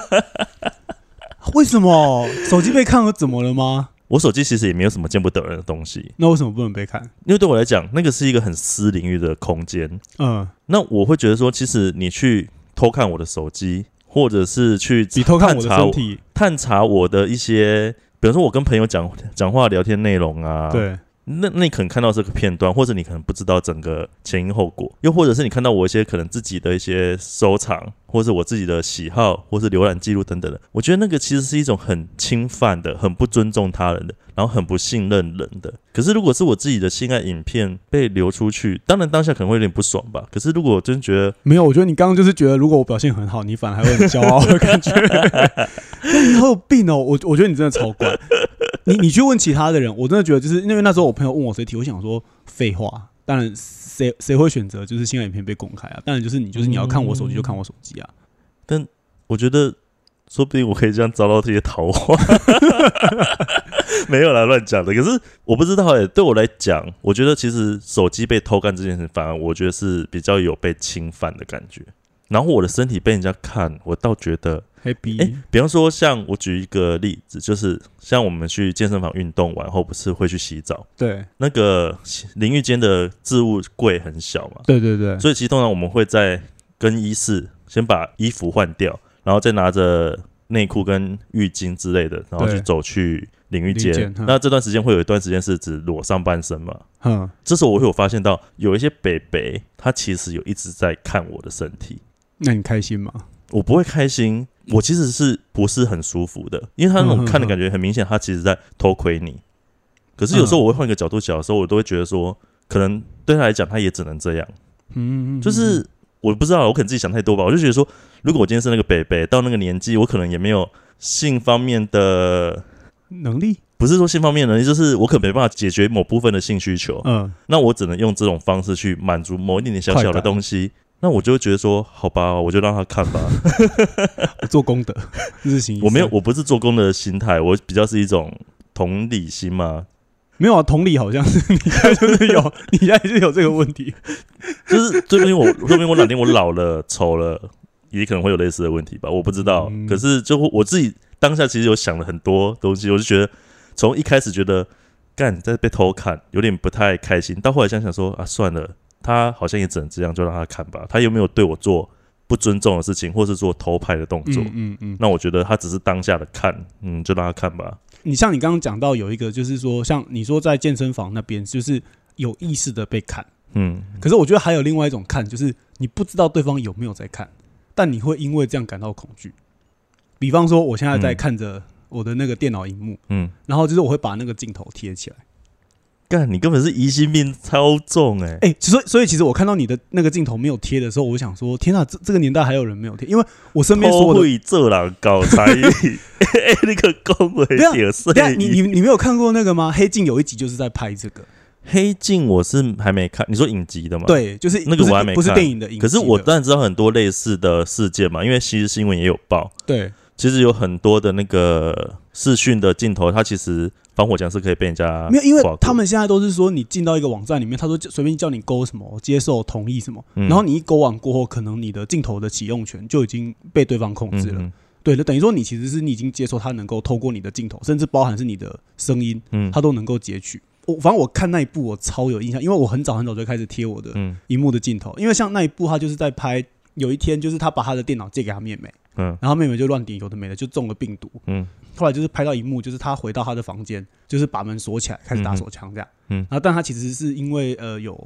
Speaker 2: 为什么手机被看了怎么了吗？
Speaker 3: 我手机其实也没有什么见不得人的东西，
Speaker 2: 那为什么不能被看？
Speaker 3: 因为对我来讲，那个是一个很私领域的空间。那我会觉得说，其实你去偷看我的手机，或者是去
Speaker 2: 比偷看我的身体
Speaker 3: 探查我的一些，比如说我跟朋友讲话聊天内容啊，
Speaker 2: 对。
Speaker 3: 那你可能看到这个片段，或者你可能不知道整个前因后果，又或者是你看到我一些可能自己的一些收藏，或是我自己的喜好，或是浏览记录等等的，我觉得那个其实是一种很侵犯的、很不尊重他人的，然后很不信任人的。可是如果是我自己的性爱影片被流出去，当然当下可能会有点不爽吧。可是如果我真觉得
Speaker 2: 没有，我觉得你刚刚就是觉得，如果我表现很好，你反而还会很骄傲的感觉。你好有病哦！我觉得你真的超怪。你去问其他的人，我真的觉得就是因为那时候我朋友问我这题，我想说废话，当然谁会选择就是性爱影片被公开啊？当然就是你要看我手机就看我手机啊。
Speaker 3: 但我觉得说不定我可以这样招到这些桃花。没有啦，乱讲的。可是我不知道对我来讲，我觉得其实手机被偷看这件事，反而我觉得是比较有被侵犯的感觉。然后我的身体被人家看，我倒觉得比方说像我举一个例子，就是像我们去健身房运动完后，不是会去洗澡？
Speaker 2: 对，
Speaker 3: 那个淋浴间的置物柜很小嘛，
Speaker 2: 对对对，
Speaker 3: 所以其实通常我们会在更衣室先把衣服换掉，然后再拿着内裤跟浴巾之类的，然后去走去淋浴间。那这段时间会有一段时间是指裸上半身嘛？这时候我会有发现到有一些北北，他其实有一直在看我的身体。
Speaker 2: 那你开心吗？
Speaker 3: 我不会开心，我其实是不是很舒服的，因为他那种看的感觉很明显，他其实在偷窥你。可是有时候我会换一个角度想的时候，我都会觉得说，可能对他来讲，他也只能这样。就是我不知道，我可能自己想太多吧。我就觉得说，如果我今天是那个北北，到那个年纪，我可能也没有性方面的
Speaker 2: 能力。
Speaker 3: 不是说性方面的能力，就是我可能没办法解决某部分的性需求。那我只能用这种方式去满足某一点点小小的东西。那我就会觉得说，好吧，我就让他看吧。
Speaker 2: 做功德，日行一善。
Speaker 3: 我不是做功德的心态，我比较是一种同理心嘛。
Speaker 2: 没有啊，同理好像是你现在就是有，你现在就有这个问题。
Speaker 3: 就是说明我哪天我老了、丑了，也可能会有类似的问题吧，我不知道。可是就我自己当下其实有想了很多东西，我就觉得从一开始觉得干在被偷看，有点不太开心，到后来想说啊，算了。他好像也只能这样，就让他看吧。他有没有对我做不尊重的事情，或是做偷拍的动作？那我觉得他只是当下的看，就让他看吧。
Speaker 2: 你像你刚刚讲到有一个，就是说，像你说在健身房那边，就是有意识的被看。可是我觉得还有另外一种看，就是你不知道对方有没有在看，但你会因为这样感到恐惧。比方说，我现在在看着我的那个电脑萤幕，然后就是我会把那个镜头贴起来。
Speaker 3: 干，你根本是疑心病超重
Speaker 2: 所以其实我看到你的那个镜头没有贴的时候，我想说，天啊，这个年代还有人没有贴，因为我身边所有的
Speaker 3: 偷会这人搞才艺，那个恭维点碎。
Speaker 2: 你没有看过那个吗？黑镜有一集就是在拍这个。
Speaker 3: 黑镜我是还没看，你说影集的吗？
Speaker 2: 对，就是
Speaker 3: 那个我还没看，
Speaker 2: 不是电影的影集的。
Speaker 3: 可是我当然知道很多类似的事件嘛，因为其实新闻也有报。
Speaker 2: 对，
Speaker 3: 其实有很多的那个视讯的镜头，它其实防火墙是可以被人家
Speaker 2: 没有，因为他们现在都是说你进到一个网站里面，他说随便叫你勾什么接受、同意什么，然后你一勾完过后，可能你的镜头的启用权就已经被对方控制了。对的，等于说你其实是你已经接受他能够透过你的镜头，甚至包含是你的声音，他都能够截取。反正我看那一部我超有印象，因为我很早就开始贴我的萤幕的镜头，因为像那一部他就是在拍，有一天就是他把他的电脑借给他妹妹，然后妹妹就乱点有的没的，就中了病毒。后来就是拍到一幕，就是他回到他的房间，就是把门锁起来，开始打手枪这样。然后但他其实是因为有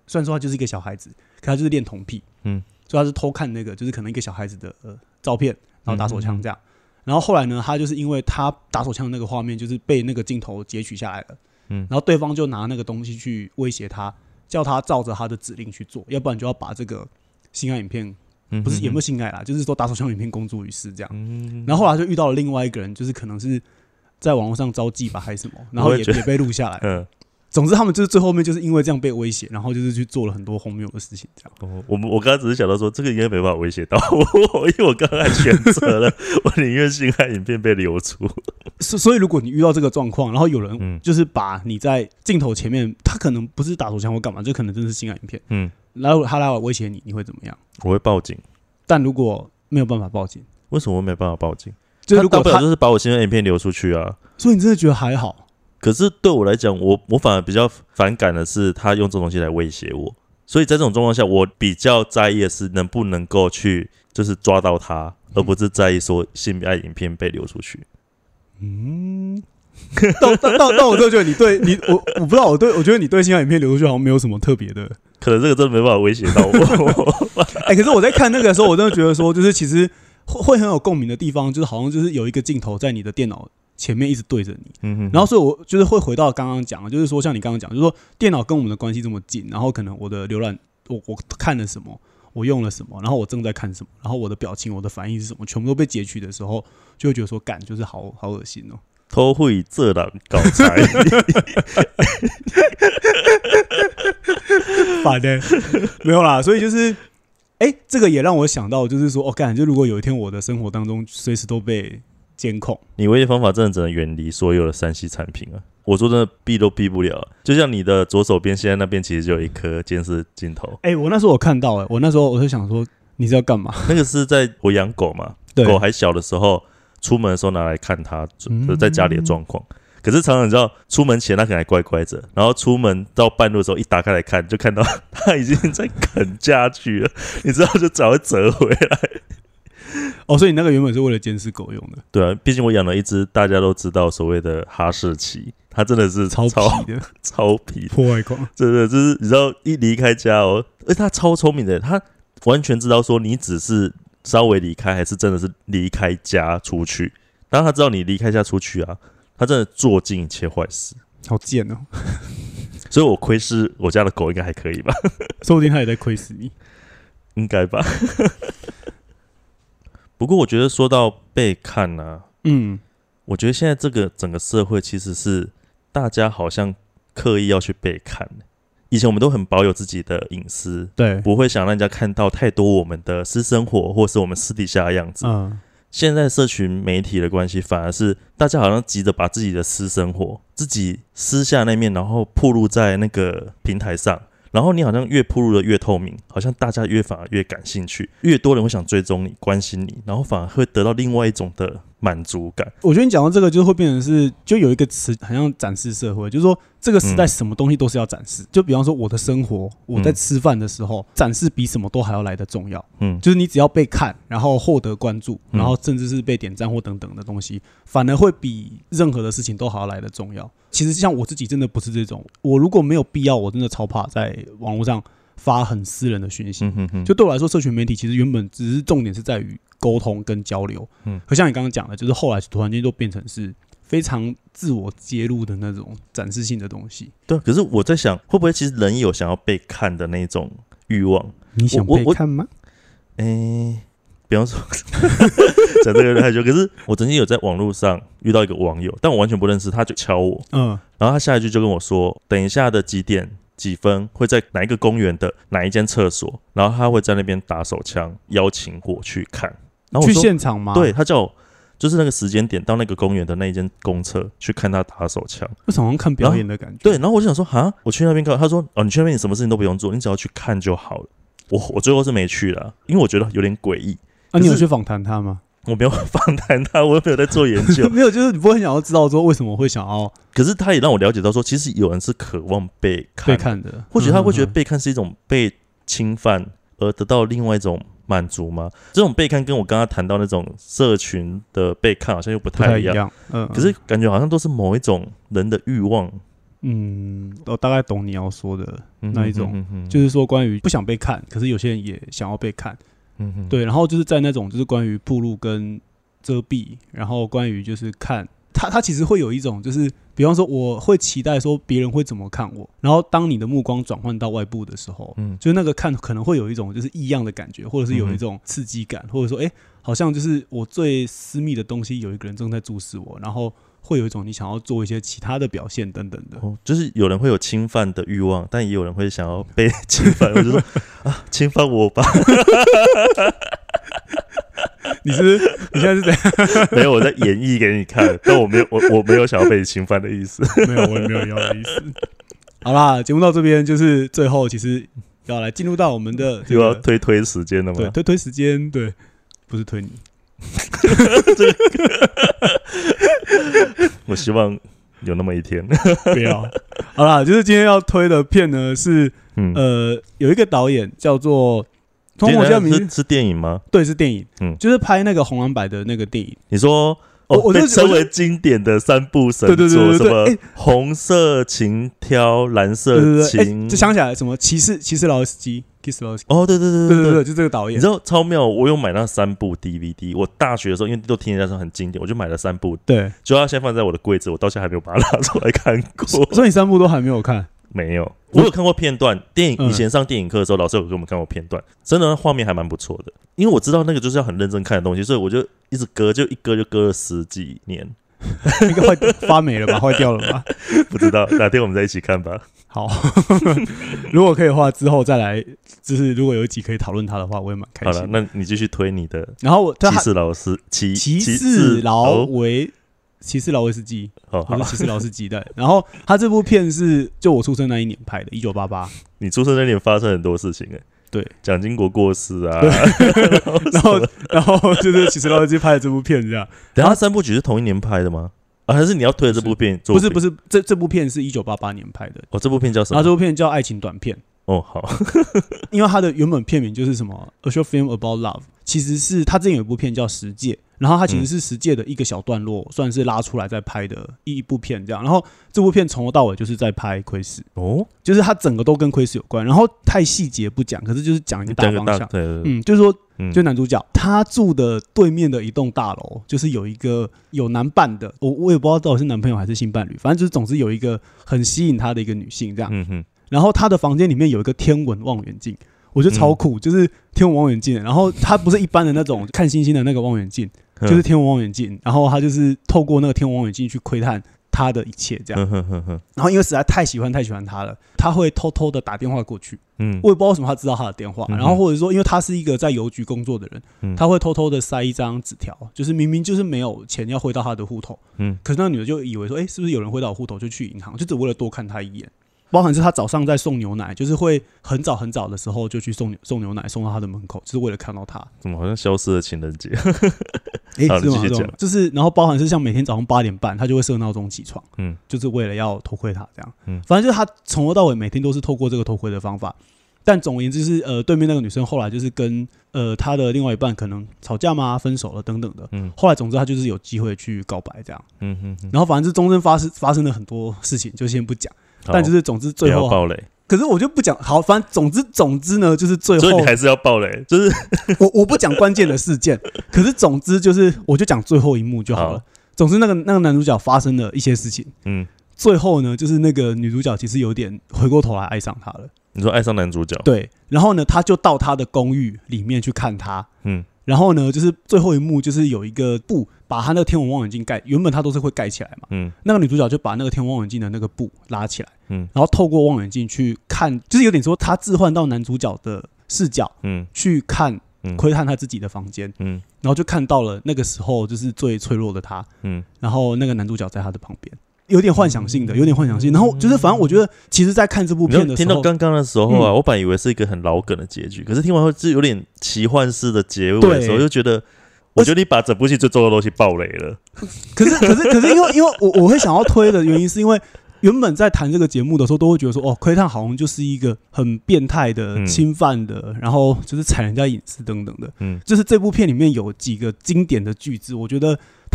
Speaker 2: 虽然说他就是一个小孩子，可他就是恋童癖，所以他是偷看那个就是可能一个小孩子的照片，然后打手枪这样。然后后来呢，他就是因为他打手枪的那个画面就是被那个镜头截取下来了，然后对方就拿那个东西去威胁他，叫他照着他的指令去做，要不然就要把这个性爱影片，不是有没有性爱啦，就是说打手枪影片公诸于世这样。然后后来就遇到了另外一个人，就是可能是在网络上招妓吧还是什么，然后也被录下来。总之他们就是最后面就是因为这样被威胁，然后就是去做了很多荒谬的事情这样。
Speaker 3: 我刚刚只是想到说这个应该没办法威胁到我，因为我刚刚还选择了我宁愿性爱影片被流出。
Speaker 2: 所以如果你遇到这个状况，然后有人就是把你在镜头前面，他可能不是打手枪或干嘛，就可能真的是性爱影片，然后他来威胁你，你会怎么样？
Speaker 3: 我会报警。但
Speaker 2: 如果没有办法报警，
Speaker 3: 为什么我没办法报警？
Speaker 2: 就是如果
Speaker 3: 大不了就是把我性爱影片流出去啊。
Speaker 2: 所以你真的觉得还好？
Speaker 3: 可是对我来讲，我反而比较反感的是他用这种东西来威胁我，所以在这种状况下，我比较在意的是能不能够去就是抓到他，而不是在意说性爱影片被流出去。
Speaker 2: 但我就觉得你对你我不知道，我觉得你对性爱影片流出去好像没有什么特别的，
Speaker 3: 可能这个真的没办法威胁到我。
Speaker 2: 可是我在看那个时候，我真的觉得说，就是其实会很有共鸣的地方，就是好像就是有一个镜头在你的电脑前面一直对着你，然后所以我就是会回到刚刚讲的，就是说像你刚刚讲，就是说电脑跟我们的关系这么近，然后可能我的浏览我看了什么，我用了什么，然后我正在看什么，然后我的表情、我的反应是什么，全部都被截取的时候，就会觉得说干就是好恶心哦。
Speaker 3: 偷会这人搞财，
Speaker 2: 烦的没有啦，所以就是，这个也让我想到，就是说，干，就如果有一天我的生活当中随时都被监控，
Speaker 3: 你唯一的方法真的只能远离所有的3C 产品啊！我说真的，避都避不了。就像你的左手边，现在那边其实就有一颗监视镜头。
Speaker 2: 我那时候我看到，我那时候我就想说，你是要干嘛？
Speaker 3: 那个是在我养狗嘛，狗还小的时候。出门的时候拿来看它，就是在家里的状况。可是常常你知道，出门前它可能还乖乖着，然后出门到半路的时候一打开来看，就看到它已经在啃家具了，你知道就早会折回来。
Speaker 2: 所以你那个原本是为了监视狗用的。
Speaker 3: 对啊，毕竟我养了一只大家都知道所谓的哈士奇，它真的是
Speaker 2: 超皮的，
Speaker 3: 超皮的
Speaker 2: 破坏狂。
Speaker 3: 真的就是你知道，一离开家而且它超聪明的，它完全知道说你只是稍微离开还是真的是离开家出去。当他知道你离开家出去啊，他真的做尽一切坏事，
Speaker 2: 好贱哦！
Speaker 3: 所以我窥视我家的狗应该还可以吧？
Speaker 2: 说不定他也在窥视你，
Speaker 3: 应该吧？不过我觉得说到被看啊，我觉得现在这个整个社会其实是大家好像刻意要去被看。以前我们都很保有自己的隐私，
Speaker 2: 对，
Speaker 3: 不会想让人家看到太多我们的私生活或是我们私底下的样子。现在社群媒体的关系，反而是大家好像急着把自己的私生活、自己私下那面，然后暴露在那个平台上，然后你好像越暴露的越透明，好像大家反而越感兴趣，越多人会想追踪你、关心你，然后反而会得到另外一种的满足感。
Speaker 2: 我觉得你讲到这个，就会变成是，就有一个词，好像展示社会，就是说这个时代什么东西都是要展示。就比方说我的生活，我在吃饭的时候，展示比什么都还要来得重要。就是你只要被看，然后获得关注，然后甚至是被点赞或等等的东西，反而会比任何的事情都还要来得重要。其实像我自己真的不是这种，我如果没有必要，我真的超怕在网络上发很私人的讯息。就对我来说，社群媒体其实原本只是重点是在于沟通跟交流。可像你刚刚讲的，就是后来突然间就变成是非常自我揭露的那种展示性的东西。
Speaker 3: 对，可是我在想，会不会其实人也有想要被看的那种欲望？
Speaker 2: 你想被看吗？
Speaker 3: 比方说讲这个有点害羞，可是我曾经有在网络上遇到一个网友，但我完全不认识，他就敲我，然后他下一句就跟我说，等一下的几点几分会在哪一个公园的哪一间厕所，然后他会在那边打手枪，邀请我去看。然后我说
Speaker 2: 去现场吗？
Speaker 3: 对，他叫我就是那个时间点到那个公园的那一间公厕去看他打手枪。
Speaker 2: 为什么看表演的感觉？
Speaker 3: 对，然后我就想说，哈，我去那边看，他说，你去那边你什么事情都不用做，你只要去看就好了。我最后是没去啦，因为我觉得有点诡异。
Speaker 2: 你有去访谈他吗？
Speaker 3: 我没有访谈他，我又没有在做研究。
Speaker 2: 没有，就是你不会很想要知道说为什么会想要。
Speaker 3: 可是他也让我了解到说，其实有人是渴望被看的，或许他会觉得被看是一种被侵犯而得到另外一种满足吗？这种被看跟我刚刚谈到那种社群的被看好像又不太一样。可是感觉好像都是某一种人的欲望
Speaker 2: 我大概懂你要说的那一种，
Speaker 3: 嗯
Speaker 2: 就是说关于不想被看，可是有些人也想要被看，对，然后就是在那种就是关于暴露跟遮蔽，然后关于就是看他其实会有一种就是，比方说我会期待说别人会怎么看我，然后当你的目光转换到外部的时候，就是那个看可能会有一种就是异样的感觉，或者是有一种刺激感，或者说好像就是我最私密的东西有一个人正在注视我，然后会有一种你想要做一些其他的表现等等的。
Speaker 3: 就是有人会有侵犯的欲望，但也有人会想要被侵犯。我就说侵犯我吧。
Speaker 2: 你现在是怎样？
Speaker 3: 没有，我在演绎给你看，但我没有想要被你侵犯的意思。
Speaker 2: 没有，我也没有要的意思。好啦，节目到这边就是最后，其实要来进入到我们的
Speaker 3: 又要推时间了吗？
Speaker 2: 对，推时间，对，不是推你。
Speaker 3: 我希望有那么一天。
Speaker 2: 不要。好啦，就是今天要推的片呢是有一个导演叫做。
Speaker 3: 是电影吗？
Speaker 2: 对，是电影。就是拍那个红蓝白的那个电影。
Speaker 3: 你说被称为经典的3部神作，什么红色情挑、蓝色情，
Speaker 2: 就想起来什么骑士劳斯基 ，Kiss 劳斯基。
Speaker 3: 哦，对，
Speaker 2: 就这个导演。
Speaker 3: 你知道超妙，我有买那3部 DVD。我大学的时候，因为都听人家说很经典，我就买了3部。
Speaker 2: 对，
Speaker 3: 就要先放在我的柜子，我到现在还没有把它拿出来看过。
Speaker 2: 所以你3部都还没有看？
Speaker 3: 没有，我有看过片段。电影以前上电影课的时候，老师有给我们看过片段，真的画面还蛮不错的。因为我知道那个就是要很认真看的东西，所以我就一直割，就一割就割了10几年。
Speaker 2: 应该发霉了吧？坏掉了吧？
Speaker 3: 不知道，哪天我们再一起看吧。
Speaker 2: 好，如果可以的话，之后再来，就是如果有一集可以讨论它的话，我也蛮开心。
Speaker 3: 好了，那你继续推你的。
Speaker 2: 然后
Speaker 3: 骑士劳斯基，
Speaker 2: 骑士劳维斯基，或者骑士劳斯基对。然后他这部片是就我出生那一年拍的，1988。
Speaker 3: 你出生那年发生很多事情
Speaker 2: 对，
Speaker 3: 蒋经国过世啊，
Speaker 2: 然后就是骑士劳斯基拍的这部片这样。
Speaker 3: 等下3部曲是同一年拍的吗？还是你要推的这部片？
Speaker 2: 不是，这部片是1988年拍的。
Speaker 3: 这部片叫什么？
Speaker 2: 然后这部片叫爱情短片。
Speaker 3: 好，
Speaker 2: 因为它的原本片名就是什么 A Short Film About Love， 其实是他之前有一部片叫《十戒》，然后它其实是《十戒》的一个小段落，算是拉出来再拍的一部片这样。然后这部片从头到尾就是在拍窥视，就是它整个都跟窥视有关。然后太细节不讲，可是就是讲一个大方向。就是说，就男主角他住的对面的一栋大楼，就是有一个有男伴的，我也不知道到底是男朋友还是性伴侣，反正就是总之有一个很吸引他的一个女性这样。然后他的房间里面有一个天文望远镜，我觉得超酷，就是天文望远镜。然后它不是一般的那种看星星的那个望远镜，就是天文望远镜。然后他就是透过那个天文望远镜去窥探他的一切这样。然后因为实在太喜欢他了，他会偷偷的打电话过去。我也不知道为什么他知道他的电话。然后或者说，因为他是一个在邮局工作的人，他会偷偷的塞一张纸条，就是明明就是没有钱要汇到他的户头，可是那个女的就以为说，是不是有人汇到我户头，就去银行，就只为了多看他一眼。包含是他早上在送牛奶，就是会很早的时候就去送牛奶，送到他的门口，就是为了看到他。
Speaker 3: 怎么好像消失了情人节？
Speaker 2: 好，你继续讲。就是然后包含是像每天早上8点半，他就会设闹钟起床，就是为了要偷窥他这样。反正就是他从头到尾每天都是透过这个偷窥的方法。但总而言之是，对面那个女生后来就是跟她的另外一半可能吵架嘛，分手了等等的。后来总之她就是有机会去告白这样。然后反正是中间发生了很多事情，就先不讲。但就是总之最后
Speaker 3: 不要爆雷，
Speaker 2: 可是我就不讲。好，反正总之呢，就是最后，
Speaker 3: 所以你还是要爆雷，就是
Speaker 2: 我不讲关键的事件，可是总之就是我就讲最后一幕就好了。总之那个男主角发生了一些事情，最后呢，就是那个女主角其实有点回过头来爱上他了。
Speaker 3: 你说爱上男主角？
Speaker 2: 对，然后呢，他就到他的公寓里面去看他，然后呢，就是最后一幕就是有一个布把他那个天文望远镜盖，原本他都是会盖起来嘛，那个女主角就把那个天文望远镜的那个布拉起来，然后透过望远镜去看，就是有点说他置换到男主角的视角，去看窥探他自己的房间，然后就看到了那个时候就是最脆弱的他，然后那个男主角在他的旁边。有点幻想性的，然后就是反正我觉得，其实，在看这部片的时候，
Speaker 3: 听到刚刚的时候啊，我本来以为是一个很老梗的结局，可是听完后是有点奇幻式的结尾的时候，就觉得，我觉得你把整部戏最重要的东西爆雷了。
Speaker 2: 可是，因为我会想要推的原因，是因为原本在谈这个节目的时候，都会觉得说，窥探好像就是一个很变态的、侵犯的，然后就是踩人家隐私等等的。就是这部片里面有几个经典的句子，我觉得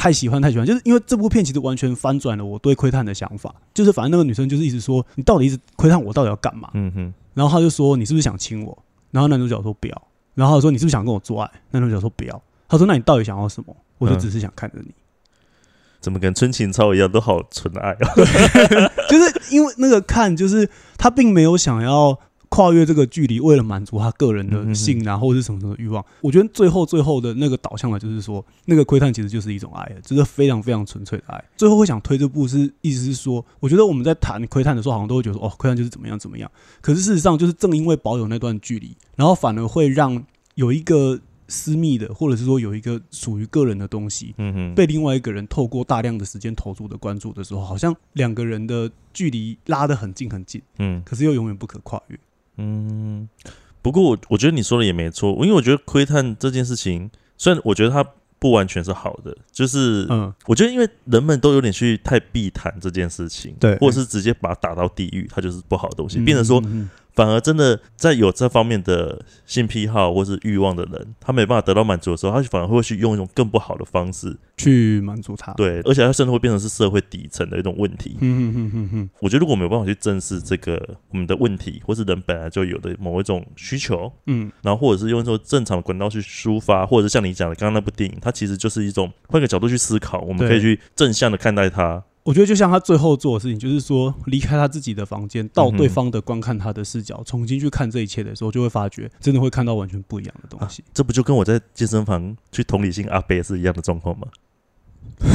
Speaker 2: 太喜欢，就是因为这部片其实完全翻转了我对窥探的想法，就是反正那个女生就是一直说你到底一直窥探我到底要干嘛，然后他就说你是不是想亲我，然后男主角说不要，然后他说你是不是想跟我做爱，男主角说不要，他说那你到底想要什么，我就只是想看着你。
Speaker 3: 怎么跟春情操一样，都好纯爱哦。
Speaker 2: 就是因为那个看，就是他并没有想要跨越这个距离，为了满足他个人的性啊，或者是什么什么欲望。我觉得最后的那个导向的就是说，那个窥探其实就是一种爱，就是非常非常纯粹的爱。最后会想推这部意思是说，我觉得我们在谈窥探的时候，好像都会觉得说，哦，窥探就是怎么样怎么样。可是事实上，就是正因为保有那段距离，然后反而会让有一个私密的，或者是说有一个属于个人的东西，被另外一个人透过大量的时间投注的关注的时候，好像两个人的距离拉得很近很近，可是又永远不可跨越。
Speaker 3: 不过我觉得你说的也没错，因为我觉得窥探这件事情，虽然我觉得它不完全是好的，就是我觉得因为人们都有点去太避谈这件事情，对，或者是直接把它打到地狱，它就是不好的东西，变成说。反而真的在有这方面的性癖好或是欲望的人，他没办法得到满足的时候，他反而会去用一种更不好的方式
Speaker 2: 去满足他。对，
Speaker 3: 而且他甚至会变成是社会底层的一种问题。我觉得如果没有办法去正视这个我们的问题，或是人本来就有的某一种需求，然后或者是用一种正常的管道去抒发，或者是像你讲的刚刚那部电影，它其实就是一种换个角度去思考，我们可以去正向的看待它。
Speaker 2: 我觉得就像他最后做的事情，就是说离开他自己的房间，到对方的观看他的视角，重新去看这一切的时候，就会发觉真的会看到完全不一样的东西。
Speaker 3: 这不就跟我在健身房去同理心阿伯是一样的状况吗？对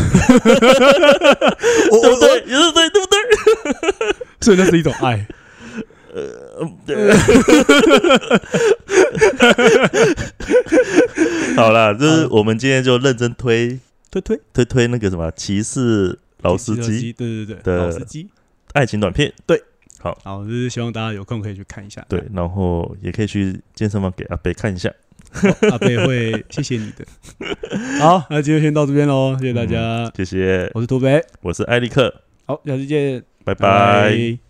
Speaker 3: 不对？也是对，对不对？
Speaker 2: 所以那是一种爱。
Speaker 3: 好啦，就是我们今天就认真推那个什么骑士。老司机，
Speaker 2: 对，老司机，
Speaker 3: 爱情短片，
Speaker 2: 对，
Speaker 3: 好，
Speaker 2: 就是希望大家有空可以去看一下，
Speaker 3: 对，然后也可以去健身房给阿伯看一下，
Speaker 2: 阿伯会谢谢你的。好，那今天先到这边喽，谢谢大家，
Speaker 3: 谢谢，
Speaker 2: 我是土北，
Speaker 3: 我是艾利克，
Speaker 2: 好，下次见，
Speaker 3: 拜拜。